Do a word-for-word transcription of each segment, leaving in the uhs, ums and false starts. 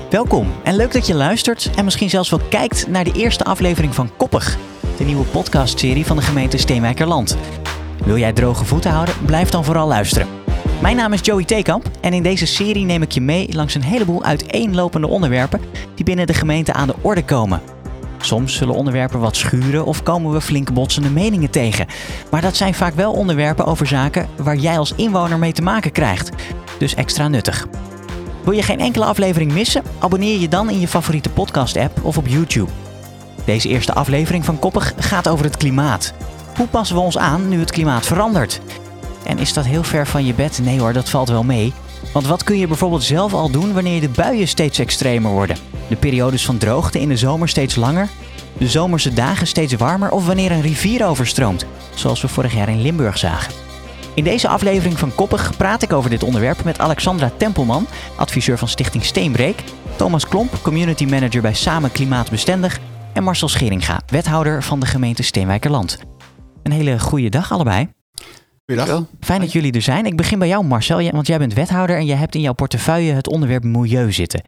Welkom en leuk dat je luistert en misschien zelfs wel kijkt naar de eerste aflevering van Koppig, de nieuwe podcastserie van de gemeente Steenwijkerland. Wil jij droge voeten houden? Blijf dan vooral luisteren. Mijn naam is Joey Theekamp en in deze serie neem ik je mee langs een heleboel uiteenlopende onderwerpen die binnen de gemeente aan de orde komen. Soms zullen onderwerpen wat schuren of komen we flink botsende meningen tegen. Maar dat zijn vaak wel onderwerpen over zaken waar jij als inwoner mee te maken krijgt. Dus extra nuttig. Wil je geen enkele aflevering missen? Abonneer je dan in je favoriete podcast-app of op YouTube. Deze eerste aflevering van Koppig gaat over het klimaat. Hoe passen we ons aan nu het klimaat verandert? En is dat heel ver van je bed? Nee hoor, dat valt wel mee. Want wat kun je bijvoorbeeld zelf al doen wanneer de buien steeds extremer worden? De periodes van droogte in de zomer steeds langer? De zomerse dagen steeds warmer? Of wanneer een rivier overstroomt? Zoals we vorig jaar in Limburg zagen. In deze aflevering van Koppig praat ik over dit onderwerp met Alexandra Tempelman, adviseur van Stichting Steenbreek, Thomas Klomp, community manager bij Samen Klimaatbestendig en Marcel Scheringa, wethouder van de gemeente Steenwijkerland. Een hele goede dag allebei. Goeiedag. Fijn dat jullie er zijn. Ik begin bij jou, Marcel, want jij bent wethouder en jij hebt in jouw portefeuille het onderwerp milieu zitten.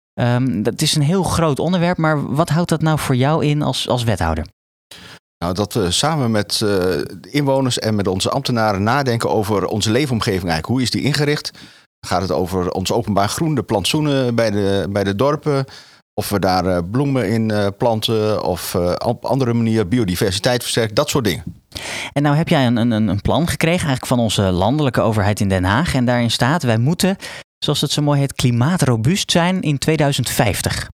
Um, dat is een heel groot onderwerp, maar wat houdt dat nou voor jou in als, als wethouder? Nou, dat we samen met uh, de inwoners en met onze ambtenaren nadenken over onze leefomgeving eigenlijk. Hoe is die ingericht? Dan gaat het over ons openbaar groen, de plantsoenen bij de, bij de dorpen. Of we daar uh, bloemen in uh, planten of uh, op andere manier biodiversiteit versterken. Dat soort dingen. En nou heb jij een, een, een plan gekregen eigenlijk van onze landelijke overheid in Den Haag. En daarin staat, wij moeten, zoals het zo mooi heet, klimaatrobuust zijn in tweeduizend vijftig.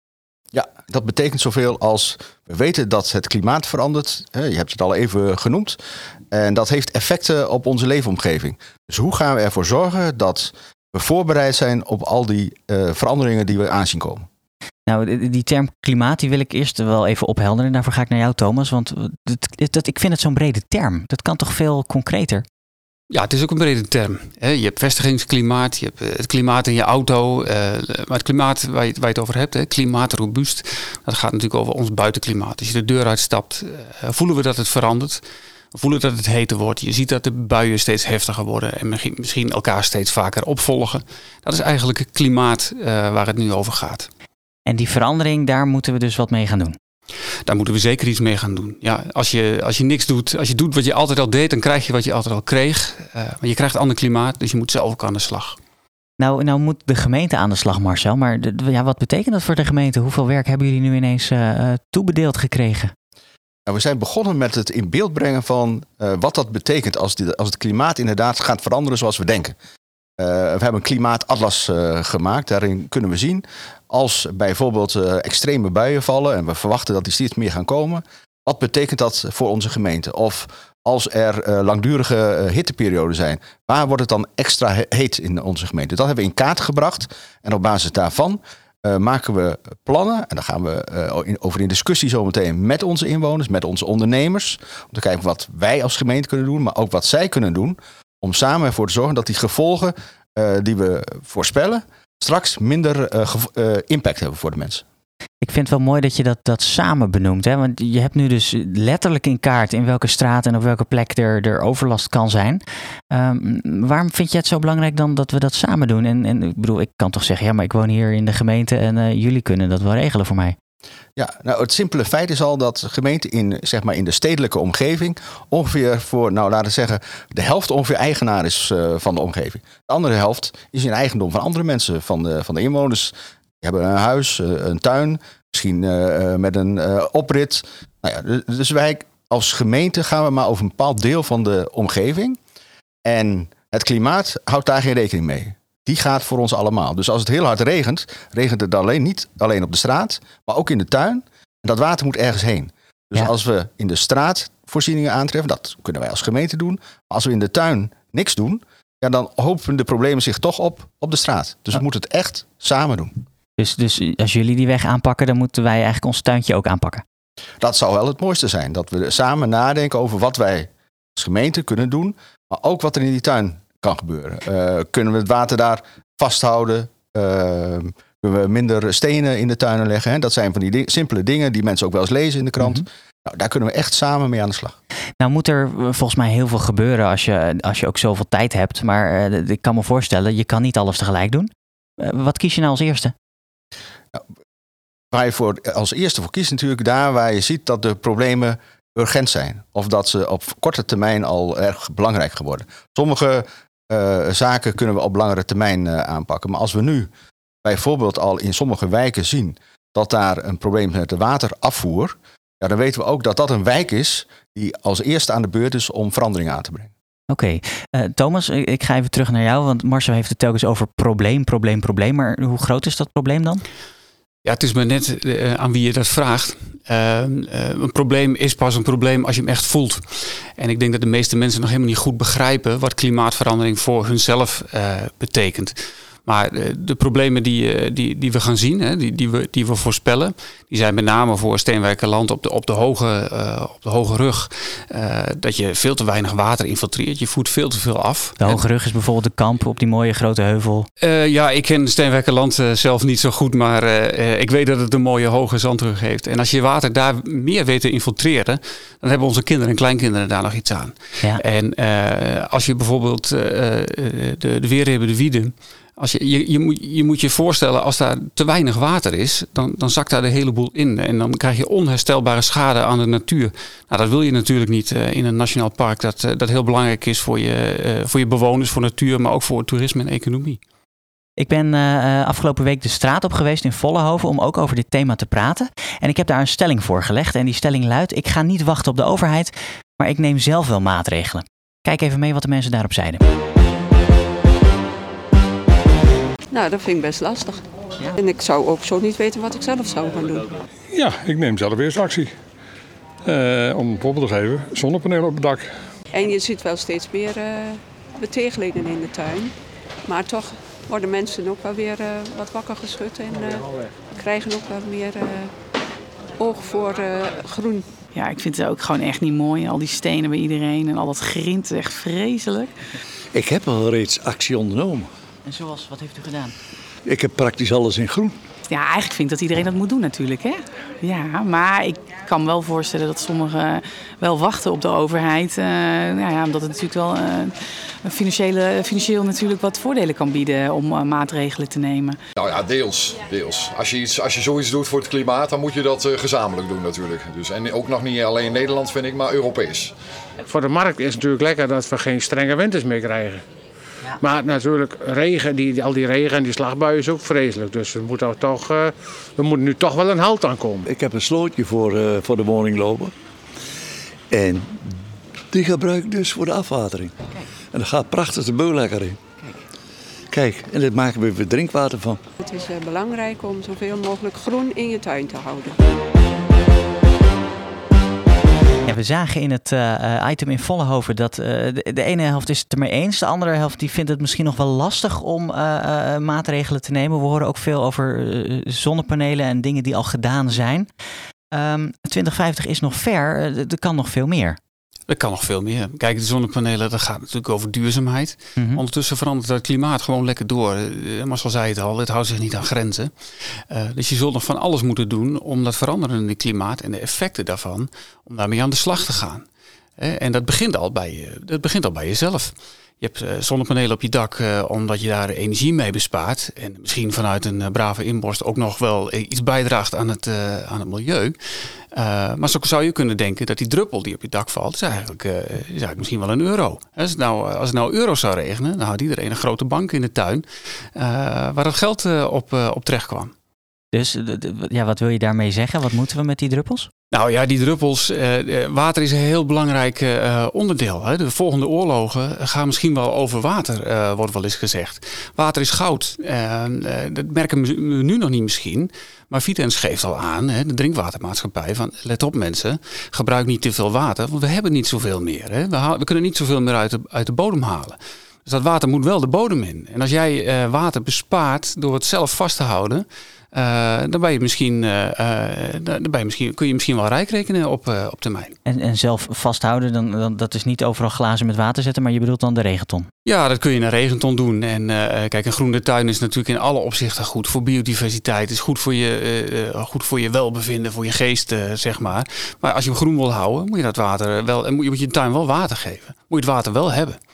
Ja, dat betekent zoveel als we weten dat het klimaat verandert. Je hebt het al even genoemd. En dat heeft effecten op onze leefomgeving. Dus hoe gaan we ervoor zorgen dat we voorbereid zijn op al die uh, veranderingen die we aanzien komen? Nou, die term klimaat die wil ik eerst wel even ophelderen. En daarvoor ga ik naar jou, Thomas. Want dat, dat, ik vind het zo'n brede term. Dat kan toch veel concreter? Ja, het is ook een brede term. Je hebt vestigingsklimaat, je hebt het klimaat in je auto. Maar het klimaat waar je, waar je het over hebt, klimaatrobuust, dat gaat natuurlijk over ons buitenklimaat. Als je de deur uitstapt, voelen we dat het verandert. We voelen dat het heter wordt. Je ziet dat de buien steeds heftiger worden en misschien elkaar steeds vaker opvolgen. Dat is eigenlijk het klimaat waar het nu over gaat. En die verandering, daar moeten we dus wat mee gaan doen. Daar moeten we zeker iets mee gaan doen. Ja, als je, als je niks doet, als je doet wat je altijd al deed, dan krijg je wat je altijd al kreeg. Uh, maar je krijgt ander klimaat, dus je moet zelf ook aan de slag. Nou, nou moet de gemeente aan de slag, Marcel. Maar de, ja, wat betekent dat voor de gemeente? Hoeveel werk hebben jullie nu ineens uh, toebedeeld gekregen? Nou, we zijn begonnen met het in beeld brengen van uh, wat dat betekent als, die, als het klimaat inderdaad gaat veranderen zoals we denken. Uh, we hebben een klimaatatlas uh, gemaakt. Daarin kunnen we zien als bijvoorbeeld uh, extreme buien vallen en we verwachten dat die steeds meer gaan komen. Wat betekent dat voor onze gemeente? Of als er uh, langdurige uh, hitteperioden zijn, waar wordt het dan extra heet in onze gemeente? Dat hebben we in kaart gebracht en op basis daarvan uh, maken we plannen. En daar gaan we uh, in, over in discussie zometeen met onze inwoners, met onze ondernemers. Om te kijken wat wij als gemeente kunnen doen, maar ook wat zij kunnen doen. Om samen ervoor te zorgen dat die gevolgen uh, die we voorspellen straks minder uh, gevo- uh, impact hebben voor de mensen. Ik vind het wel mooi dat je dat, dat samen benoemt. Hè? Want je hebt nu dus letterlijk in kaart in welke straat en op welke plek er, er overlast kan zijn. Um, waarom vind je het zo belangrijk dan dat we dat samen doen? En, en ik bedoel, ik kan toch zeggen, ja, maar ik woon hier in de gemeente en uh, jullie kunnen dat wel regelen voor mij. Ja, nou het simpele feit is al dat gemeenten in, zeg maar in de stedelijke omgeving ongeveer voor, nou laten we zeggen, de helft ongeveer eigenaar is uh, van de omgeving. De andere helft is in eigendom van andere mensen, van de, van de inwoners. Die hebben een huis, uh, een tuin, misschien uh, met een uh, oprit. Nou ja, dus wij als gemeente gaan we maar over een bepaald deel van de omgeving. En het klimaat houdt daar geen rekening mee. Die gaat voor ons allemaal. Dus als het heel hard regent, regent het alleen niet alleen op de straat, maar ook in de tuin. En dat water moet ergens heen. Dus ja. Als we in de straat voorzieningen aantreffen, dat kunnen wij als gemeente doen. Maar als we in de tuin niks doen, ja, dan hopen de problemen zich toch op op de straat. Dus ja. we moeten het echt samen doen. Dus, dus als jullie die weg aanpakken, dan moeten wij eigenlijk ons tuintje ook aanpakken. Dat zou wel het mooiste zijn. Dat we samen nadenken over wat wij als gemeente kunnen doen, maar ook wat er in die tuin kan gebeuren. Uh, kunnen we het water daar vasthouden? Uh, kunnen we minder stenen in de tuinen leggen? Hè? Dat zijn van die di- simpele dingen die mensen ook wel eens lezen in de krant. Mm-hmm. Nou, daar kunnen we echt samen mee aan de slag. Nou moet er volgens mij heel veel gebeuren als je, als je ook zoveel tijd hebt. Maar uh, ik kan me voorstellen, je kan niet alles tegelijk doen. Uh, wat kies je nou als eerste? Waar je voor, als eerste voor kiest natuurlijk daar waar je ziet dat de problemen urgent zijn. Of dat ze op korte termijn al erg belangrijk geworden. Sommige uh, zaken kunnen we op langere termijn uh, aanpakken. Maar als we nu bijvoorbeeld al in sommige wijken zien dat daar een probleem is met de waterafvoer. Ja, dan weten we ook dat dat een wijk is die als eerste aan de beurt is om verandering aan te brengen. Oké, okay. uh, Thomas, ik ga even terug naar jou. Want Marcel heeft het telkens over probleem, probleem, probleem. Maar hoe groot is dat probleem dan? Ja, het is maar net uh, aan wie je dat vraagt. Uh, uh, een probleem is pas een probleem als je hem echt voelt. En ik denk dat de meeste mensen nog helemaal niet goed begrijpen wat klimaatverandering voor hunzelf uh, betekent. Maar uh, de problemen die, uh, die, die we gaan zien, hè, die, die, we, die we voorspellen, die zijn met name voor Steenwijkerland op de, op de, hoge, uh, op de hoge rug. Uh, dat je veel te weinig water infiltreert. Je voert veel te veel af. De hoge rug is bijvoorbeeld de Kamp op die mooie grote heuvel. Uh, ja, ik ken Steenwijkerland uh, zelf niet zo goed, maar uh, ik weet dat het een mooie hoge zandrug heeft. En als je water daar meer weet te infiltreren, dan hebben onze kinderen en kleinkinderen daar nog iets aan. Ja. En uh, als je bijvoorbeeld uh, de, de Weerhebe de Wiede, Als je, je, je, moet, je moet je voorstellen, als daar te weinig water is, dan, dan zakt daar de hele boel in. En dan krijg je onherstelbare schade aan de natuur. Nou, dat wil je natuurlijk niet uh, in een nationaal park dat, uh, dat heel belangrijk is voor je, uh, voor je bewoners, voor natuur, maar ook voor toerisme en economie. Ik ben uh, afgelopen week de straat op geweest in Vollenhoven om ook over dit thema te praten. En ik heb daar een stelling voor gelegd. En die stelling luidt: ik ga niet wachten op de overheid, maar ik neem zelf wel maatregelen. Kijk even mee wat de mensen daarop zeiden. Nou, dat vind ik best lastig. Ja. En ik zou ook zo niet weten wat ik zelf zou gaan doen. Ja, ik neem zelf eerst actie. Uh, om een voorbeeld te geven, zonnepanelen op het dak. En je ziet wel steeds meer uh, betegelingen in de tuin. Maar toch worden mensen ook wel weer uh, wat wakker geschud. En uh, krijgen ook wel meer uh, oog voor uh, groen. Ja, ik vind het ook gewoon echt niet mooi. Al die stenen bij iedereen en al dat grind, echt vreselijk. Ik heb al reeds actie ondernomen. En zoals, wat heeft u gedaan? Ik heb praktisch alles in groen. Ja, eigenlijk vind ik dat iedereen dat moet doen natuurlijk, hè? Ja, maar ik kan me wel voorstellen dat sommigen wel wachten op de overheid. Uh, nou ja, omdat het natuurlijk wel uh, financiële, financieel natuurlijk wat voordelen kan bieden om uh, maatregelen te nemen. Nou ja, deels. deels. Als je, iets, als je zoiets doet voor het klimaat, dan moet je dat uh, gezamenlijk doen natuurlijk. Dus, en ook nog niet alleen in Nederland, vind ik, maar Europees. Voor de markt is het natuurlijk lekker dat we geen strenge winters meer krijgen. Ja. Maar natuurlijk, regen, die, al die regen en die slagbuien is ook vreselijk. Dus we moeten, toch, uh, we moeten nu toch wel een halt aankomen. Ik heb een slootje voor, uh, voor de woning lopen. En die gebruik ik dus voor de afwatering. Kijk. En daar gaat prachtig de beul lekker in. Kijk, Kijk en daar maken we weer drinkwater van. Het is uh, belangrijk om zoveel mogelijk groen in je tuin te houden. Ja, we zagen in het uh, item in Vollenhoven dat uh, de, de ene helft is het ermee eens. De andere helft die vindt het misschien nog wel lastig om uh, uh, maatregelen te nemen. We horen ook veel over uh, zonnepanelen en dingen die al gedaan zijn. Um, twintig vijftig is nog ver, uh, er kan nog veel meer. Er kan nog veel meer. Kijk, de zonnepanelen, dat gaat natuurlijk over duurzaamheid. Mm-hmm. Ondertussen verandert het klimaat gewoon lekker door. Uh, Marcel zei het al, het houdt zich niet aan grenzen. Uh, dus je zult nog van alles moeten doen om dat veranderende klimaat en de effecten daarvan, om daarmee aan de slag te gaan. Uh, en dat begint al bij je, dat begint al bij jezelf. Je hebt uh, zonnepanelen op je dak uh, omdat je daar energie mee bespaart. En misschien vanuit een uh, brave inborst ook nog wel iets bijdraagt aan het, uh, aan het milieu. Uh, maar zo zou je kunnen denken dat die druppel die op je dak valt, is eigenlijk, uh, is eigenlijk misschien wel een euro. Als het, nou, als het nou euro's zou regenen, dan had iedereen een grote bank in de tuin uh, waar het geld uh, op, uh, op terecht kwam. Dus de, de, ja, wat wil je daarmee zeggen? Wat moeten we met die druppels? Nou ja, die druppels. Uh, water is een heel belangrijk uh, onderdeel. Hè. De volgende oorlogen gaan misschien wel over water, uh, wordt wel eens gezegd. Water is goud. Uh, uh, dat merken we nu nog niet misschien. Maar Vitens geeft al aan, hè, de drinkwatermaatschappij, van let op mensen, gebruik niet te veel water, want we hebben niet zoveel meer. Hè. We, haal, we kunnen niet zoveel meer uit de, uit de bodem halen. Dus dat water moet wel de bodem in. En als jij uh, water bespaart door het zelf vast te houden, Uh, dan ben je misschien, uh, uh, dan ben je misschien, kun je misschien wel rijk rekenen op, uh, op termijn. En, en zelf vasthouden, dan, dan, dat is niet overal glazen met water zetten, maar je bedoelt dan de regenton? Ja, dat kun je in een regenton doen. En uh, kijk, een groene tuin is natuurlijk in alle opzichten goed voor biodiversiteit. Is goed voor je, uh, goed voor je welbevinden, voor je geest, uh, zeg maar. Maar als je hem groen wil houden, moet je dat water wel, moet je, moet je tuin wel water geven. Moet je het water wel hebben.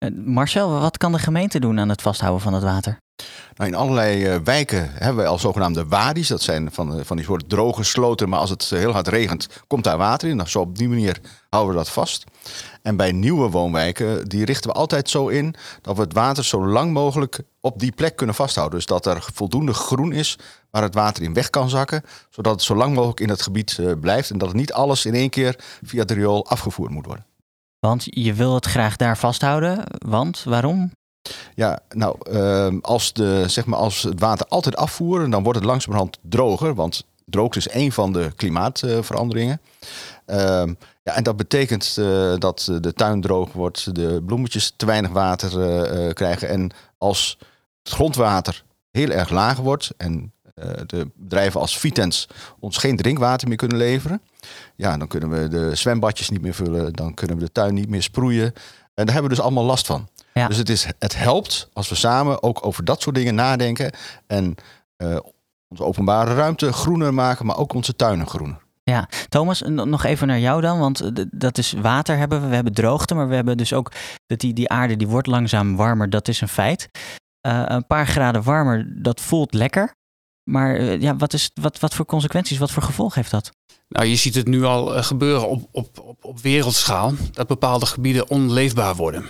Marcel, wat kan de gemeente doen aan het vasthouden van het water? Nou, in allerlei uh, wijken hebben we al zogenaamde wadi's. Dat zijn van, uh, van die soort droge sloten, maar als het uh, heel hard regent, komt daar water in. Nou, zo op die manier houden we dat vast. En bij nieuwe woonwijken, die richten we altijd zo in dat we het water zo lang mogelijk op die plek kunnen vasthouden. Dus dat er voldoende groen is waar het water in weg kan zakken, zodat het zo lang mogelijk in het gebied uh, blijft en dat het niet alles in één keer via het riool afgevoerd moet worden. Want je wil het graag daar vasthouden, want waarom? Ja, nou, uh, als, de, zeg maar, als het water altijd afvoeren, dan wordt het langzamerhand droger. Want droogte is één van de klimaatveranderingen. Uh, ja, en dat betekent uh, dat de tuin droog wordt, de bloemetjes te weinig water uh, krijgen. En als het grondwater heel erg laag wordt en uh, de bedrijven als Vitens ons geen drinkwater meer kunnen leveren, ja, dan kunnen we de zwembadjes niet meer vullen, dan kunnen we de tuin niet meer sproeien. En daar hebben we dus allemaal last van. Ja. Dus het, is, het helpt als we samen ook over dat soort dingen nadenken. En uh, onze openbare ruimte groener maken, maar ook onze tuinen groener. Ja, Thomas, nog even naar jou dan. Want dat is water hebben we. We hebben droogte, maar we hebben dus ook dat die, die aarde die wordt langzaam warmer. Dat is een feit. Uh, een paar graden warmer, dat voelt lekker. Maar uh, ja, wat, is, wat, wat voor consequenties, wat voor gevolg heeft dat? Nou, je ziet het nu al uh, gebeuren op, op, op, op wereldschaal. Dat bepaalde gebieden onleefbaar worden.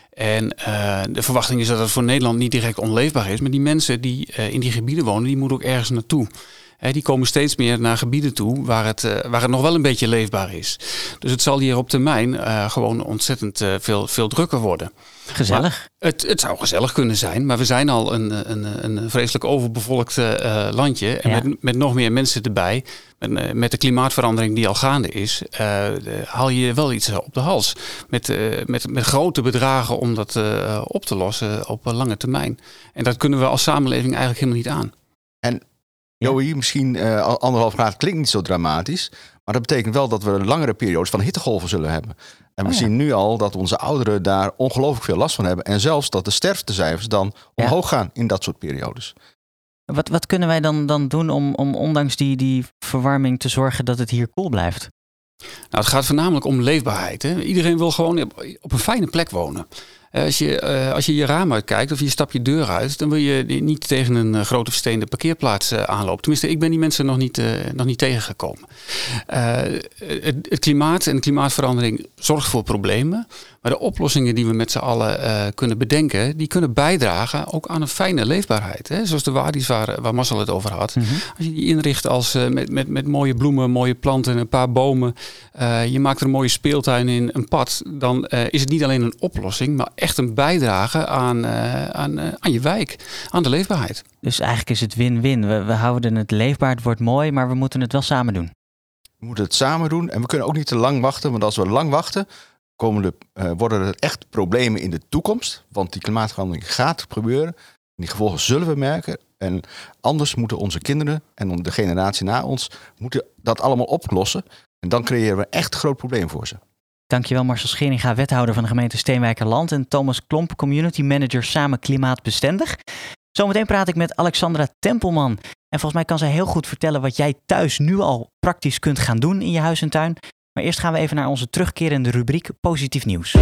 En uh, de verwachting is dat het voor Nederland niet direct onleefbaar is. Maar die mensen die uh, in die gebieden wonen, die moeten ook ergens naartoe. He, die komen steeds meer naar gebieden toe waar het, uh, waar het nog wel een beetje leefbaar is. Dus het zal hier op termijn uh, gewoon ontzettend uh, veel, veel drukker worden. Gezellig. Het, het zou gezellig kunnen zijn, maar we zijn al een, een, een vreselijk overbevolkt uh, landje. En ja. met, met nog meer mensen erbij, met, met de klimaatverandering die al gaande is, uh, haal je wel iets op de hals. Met, uh, met, met grote bedragen om dat uh, op te lossen op een lange termijn. En dat kunnen we als samenleving eigenlijk helemaal niet aan. En Joey, misschien uh, anderhalf graad klinkt niet zo dramatisch, maar dat betekent wel dat we langere periodes van hittegolven zullen hebben. En we oh ja. zien nu al dat onze ouderen daar ongelooflijk veel last van hebben. En zelfs dat de sterftecijfers dan ja. omhoog gaan in dat soort periodes. Wat, wat kunnen wij dan, dan doen om, om ondanks die, die verwarming te zorgen dat het hier koel blijft? Nou, het gaat voornamelijk om leefbaarheid. Hè? Iedereen wil gewoon op, op een fijne plek wonen. Als je, uh, als je je raam uitkijkt of je stapt je deur uit, dan wil je niet tegen een uh, grote versteende parkeerplaats uh, aanlopen. Tenminste, ik ben die mensen nog niet, uh, nog niet tegengekomen. Uh, het, het klimaat en de klimaatverandering zorgt voor problemen. Maar de oplossingen die we met z'n allen uh, kunnen bedenken, die kunnen bijdragen ook aan een fijne leefbaarheid. Hè? Zoals de wadi's waar, waar Marcel het over had. Mm-hmm. Als je die inricht als, uh, met, met, met mooie bloemen, mooie planten, een paar bomen. Uh, je maakt er een mooie speeltuin in, een pad. Dan uh, is het niet alleen een oplossing, maar echt een bijdrage aan, uh, aan, uh, aan je wijk, aan de leefbaarheid. Dus eigenlijk is het win-win. We, we houden het leefbaar, het wordt mooi, maar we moeten het wel samen doen. We moeten het samen doen en we kunnen ook niet te lang wachten. Want als we lang wachten, komen de, uh, worden er echt problemen in de toekomst. Want die klimaatverandering gaat gebeuren. Die gevolgen zullen we merken. En anders moeten onze kinderen en de generatie na ons moeten dat allemaal oplossen. En dan creëren we echt een groot probleem voor ze. Dankjewel Marcel Scheringa, wethouder van de gemeente Steenwijkerland, en Thomas Klomp, community manager Samen Klimaatbestendig. Zometeen praat ik met Alexandra Tempelman. En volgens mij kan zij heel goed vertellen wat jij thuis nu al praktisch kunt gaan doen in je huis en tuin. Maar eerst gaan we even naar onze terugkerende rubriek Positief Nieuws.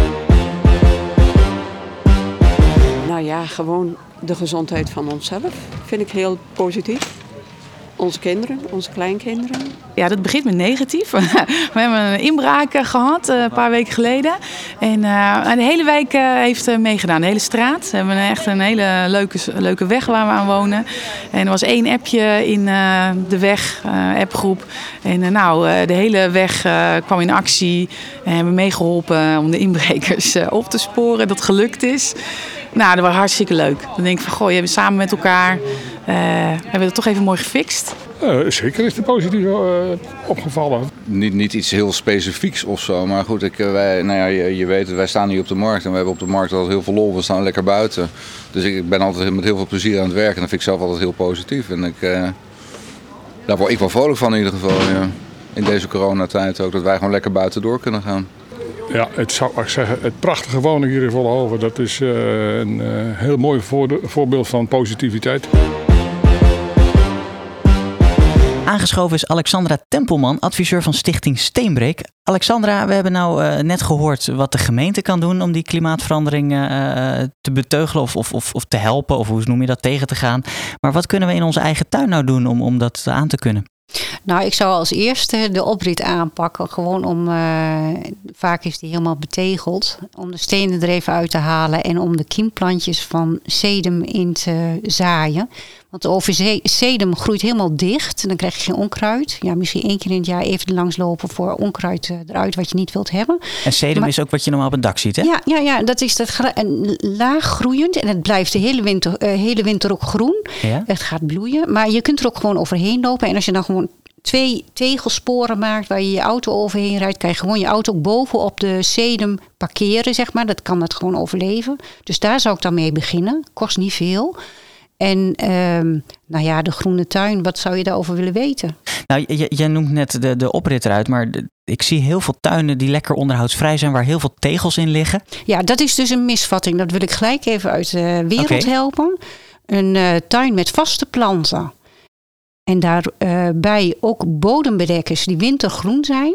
Nou ja, gewoon de gezondheid van onszelf vind ik heel positief. Onze kinderen, onze kleinkinderen. Ja, dat begint met negatief. We hebben een inbraak gehad uh, een paar weken geleden. En uh, de hele wijk uh, heeft uh, meegedaan, de hele straat. We hebben echt een hele leuke, leuke weg waar we aan wonen. En er was één appje in uh, de weg, uh, appgroep. En uh, nou, uh, de hele weg uh, kwam in actie. En hebben meegeholpen om de inbrekers uh, op te sporen. Dat gelukt is. Nou, dat was hartstikke leuk. Dan denk ik van, goh, je hebt samen met elkaar, uh, hebben we het toch even mooi gefixt. Uh, zeker is het positief uh, opgevallen. Niet, niet iets heel specifieks of zo, maar goed, ik, wij, nou ja, je, je weet het, wij staan hier op de markt en we hebben op de markt altijd heel veel lol. We staan lekker buiten. Dus ik ben altijd met heel veel plezier aan het werken en dat vind ik zelf altijd heel positief. En ik, uh, daar word ik wel vrolijk van in ieder geval, ja. In deze coronatijd ook, dat wij gewoon lekker buiten door kunnen gaan. Ja, het zou ik zeggen, het prachtige wonen hier in Vollenhoven, dat is uh, een uh, heel mooi voorde- voorbeeld van positiviteit. Aangeschoven is Alexandra Tempelman, adviseur van Stichting Steenbreek. Alexandra, we hebben nou uh, net gehoord wat de gemeente kan doen om die klimaatverandering uh, te beteugelen of, of, of, of te helpen, of hoe noem je dat, tegen te gaan. Maar wat kunnen we in onze eigen tuin nou doen om, om dat aan te kunnen? Nou, ik zou als eerste de oprit aanpakken. Gewoon om, uh, vaak is die helemaal betegeld. Om de stenen er even uit te halen. En om de kiemplantjes van sedum in te zaaien. Want over sedum groeit helemaal dicht. En dan krijg je geen onkruid. Ja, misschien één keer in het jaar even langslopen voor onkruid eruit wat je niet wilt hebben. En sedum maar, is ook wat je normaal op een dak ziet, hè? Ja, ja, ja, dat is dat gra- laag groeiend. En het blijft de hele winter, uh, hele winter ook groen. Ja? Het gaat bloeien. Maar je kunt er ook gewoon overheen lopen. En als je dan gewoon twee tegelsporen maakt waar je je auto overheen rijdt, kan je gewoon je auto ook bovenop de sedum parkeren, zeg maar. Dat kan dat gewoon overleven. Dus daar zou ik dan mee beginnen. Kost niet veel. En um, nou ja, de groene tuin, wat zou je daarover willen weten? Nou, j- jij noemt net de, de oprit eruit, maar de, ik zie heel veel tuinen die lekker onderhoudsvrij zijn, waar heel veel tegels in liggen. Ja, dat is dus een misvatting. Dat wil ik gelijk even uit de wereld okay. helpen. Een uh, tuin met vaste planten. En daarbij uh, ook bodembedekkers die wintergroen zijn.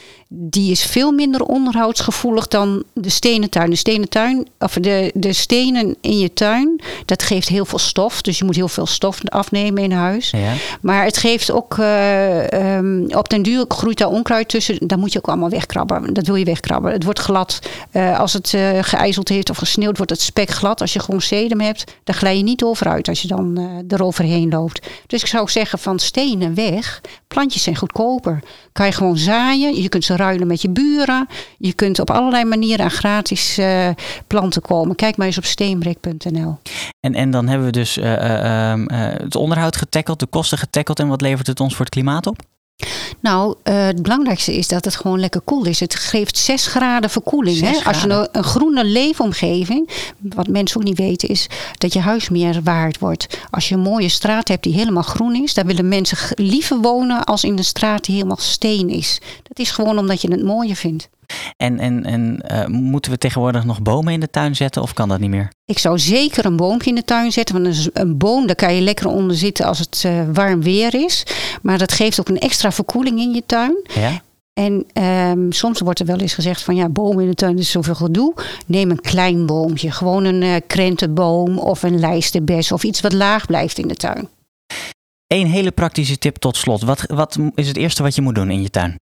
Die is veel minder onderhoudsgevoelig dan de stenen tuin. De stenen tuin, of de, de stenen in je tuin, dat geeft heel veel stof. Dus je moet heel veel stof afnemen in huis. Ja. Maar het geeft ook, uh, um, op den duur groeit daar onkruid tussen. Dat moet je ook allemaal wegkrabben. Dat wil je wegkrabben. Het wordt glad. Uh, als het uh, geijzeld heeft of gesneeuwd, wordt het spek glad. Als je gewoon sedum hebt, dan glij je niet over uit als je dan uh, eroverheen loopt. Dus ik zou zeggen van stenen weg. Plantjes zijn goedkoper. Kan je gewoon zaaien. Je kunt ze ruilen met je buren. Je kunt op allerlei manieren aan gratis uh, planten komen. Kijk maar eens op steenbreek punt n l. En, en dan hebben we dus uh, uh, uh, het onderhoud getackeld, de kosten getackeld. En wat levert het ons voor het klimaat op? Nou, uh, het belangrijkste is dat het gewoon lekker koel is. Het geeft zes graden verkoeling. Hè? Als je nou een groene leefomgeving, wat mensen ook niet weten, is dat je huis meer waard wordt. Als je een mooie straat hebt die helemaal groen is, dan willen mensen liever wonen als in een straat die helemaal steen is. Dat is gewoon omdat je het mooier vindt. En, en, en uh, moeten we tegenwoordig nog bomen in de tuin zetten of kan dat niet meer? Ik zou zeker een boompje in de tuin zetten. Want een, een boom, daar kan je lekker onder zitten als het uh, warm weer is. Maar dat geeft ook een extra verkoeling in je tuin. Ja. En um, soms wordt er wel eens gezegd van ja, bomen in de tuin is zoveel gedoe. Neem een klein boompje. Gewoon een uh, krentenboom of een lijsterbes of iets wat laag blijft in de tuin. Eén hele praktische tip tot slot. Wat, wat is het eerste wat je moet doen in je tuin?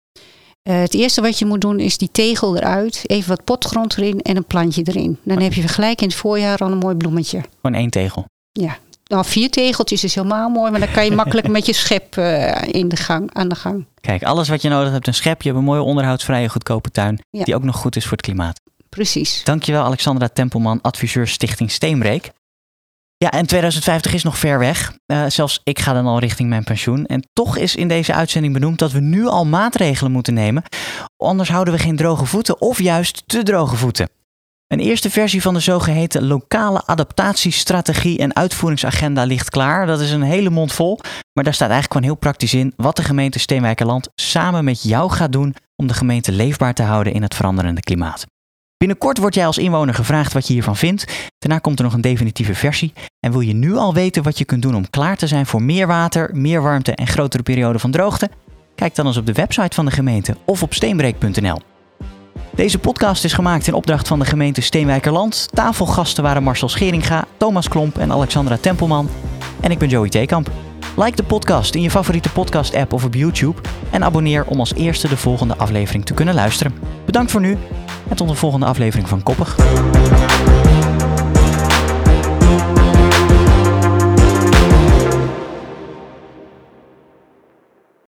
Uh, het eerste wat je moet doen is die tegel eruit. Even wat potgrond erin en een plantje erin. Dan heb je gelijk in het voorjaar al een mooi bloemetje. Gewoon één tegel? Ja. Nou, vier tegeltjes is helemaal mooi. Maar dan kan je makkelijk met je schep uh, in de gang, aan de gang. Kijk, alles wat je nodig hebt. Een schep. Je hebt een mooie onderhoudsvrije goedkope tuin. Ja. Die ook nog goed is voor het klimaat. Precies. Dankjewel Alexandra Tempelman, adviseur Stichting Steenbreek. Ja, en tweeduizend vijftig is nog ver weg. Uh, zelfs ik ga dan al richting mijn pensioen. En toch is in deze uitzending benoemd dat we nu al maatregelen moeten nemen. Anders houden we geen droge voeten of juist te droge voeten. Een eerste versie van de zogeheten lokale adaptatiestrategie en uitvoeringsagenda ligt klaar. Dat is een hele mond vol. Maar daar staat eigenlijk gewoon heel praktisch in wat de gemeente Steenwijkerland samen met jou gaat doen om de gemeente leefbaar te houden in het veranderende klimaat. Binnenkort word jij als inwoner gevraagd wat je hiervan vindt. Daarna komt er nog een definitieve versie. En wil je nu al weten wat je kunt doen om klaar te zijn voor meer water, meer warmte en grotere perioden van droogte? Kijk dan eens op de website van de gemeente of op steenbreek punt n l. Deze podcast is gemaakt in opdracht van de gemeente Steenwijkerland. Tafelgasten waren Marcel Scheringa, Thomas Klomp en Alexandra Tempelman. En ik ben Joey Theekamp. Like de podcast in je favoriete podcast-app of op YouTube. En abonneer om als eerste de volgende aflevering te kunnen luisteren. Bedankt voor nu en tot de volgende aflevering van Koppig.